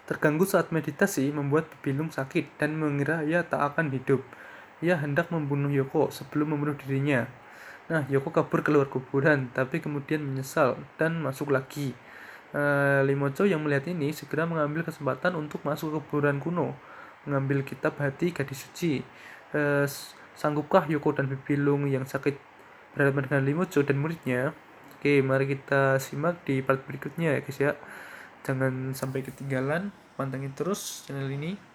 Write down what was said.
terganggu saat meditasi membuat Bibilung sakit dan mengira ia tak akan hidup. Ia hendak membunuh Yoko sebelum membunuh dirinya. Nah, Yoko kabur keluar kuburan, tapi kemudian menyesal dan masuk lagi. Limocho yang melihat ini segera mengambil kesempatan untuk masuk ke kuburan kuno, mengambil kitab hati gadis suci. Sanggupkah Yoko dan Bibilung yang sakit berhadapan dengan Limocho dan muridnya? Oke, mari kita simak di part berikutnya ya guys ya. Jangan sampai ketinggalan, pantengin terus channel ini.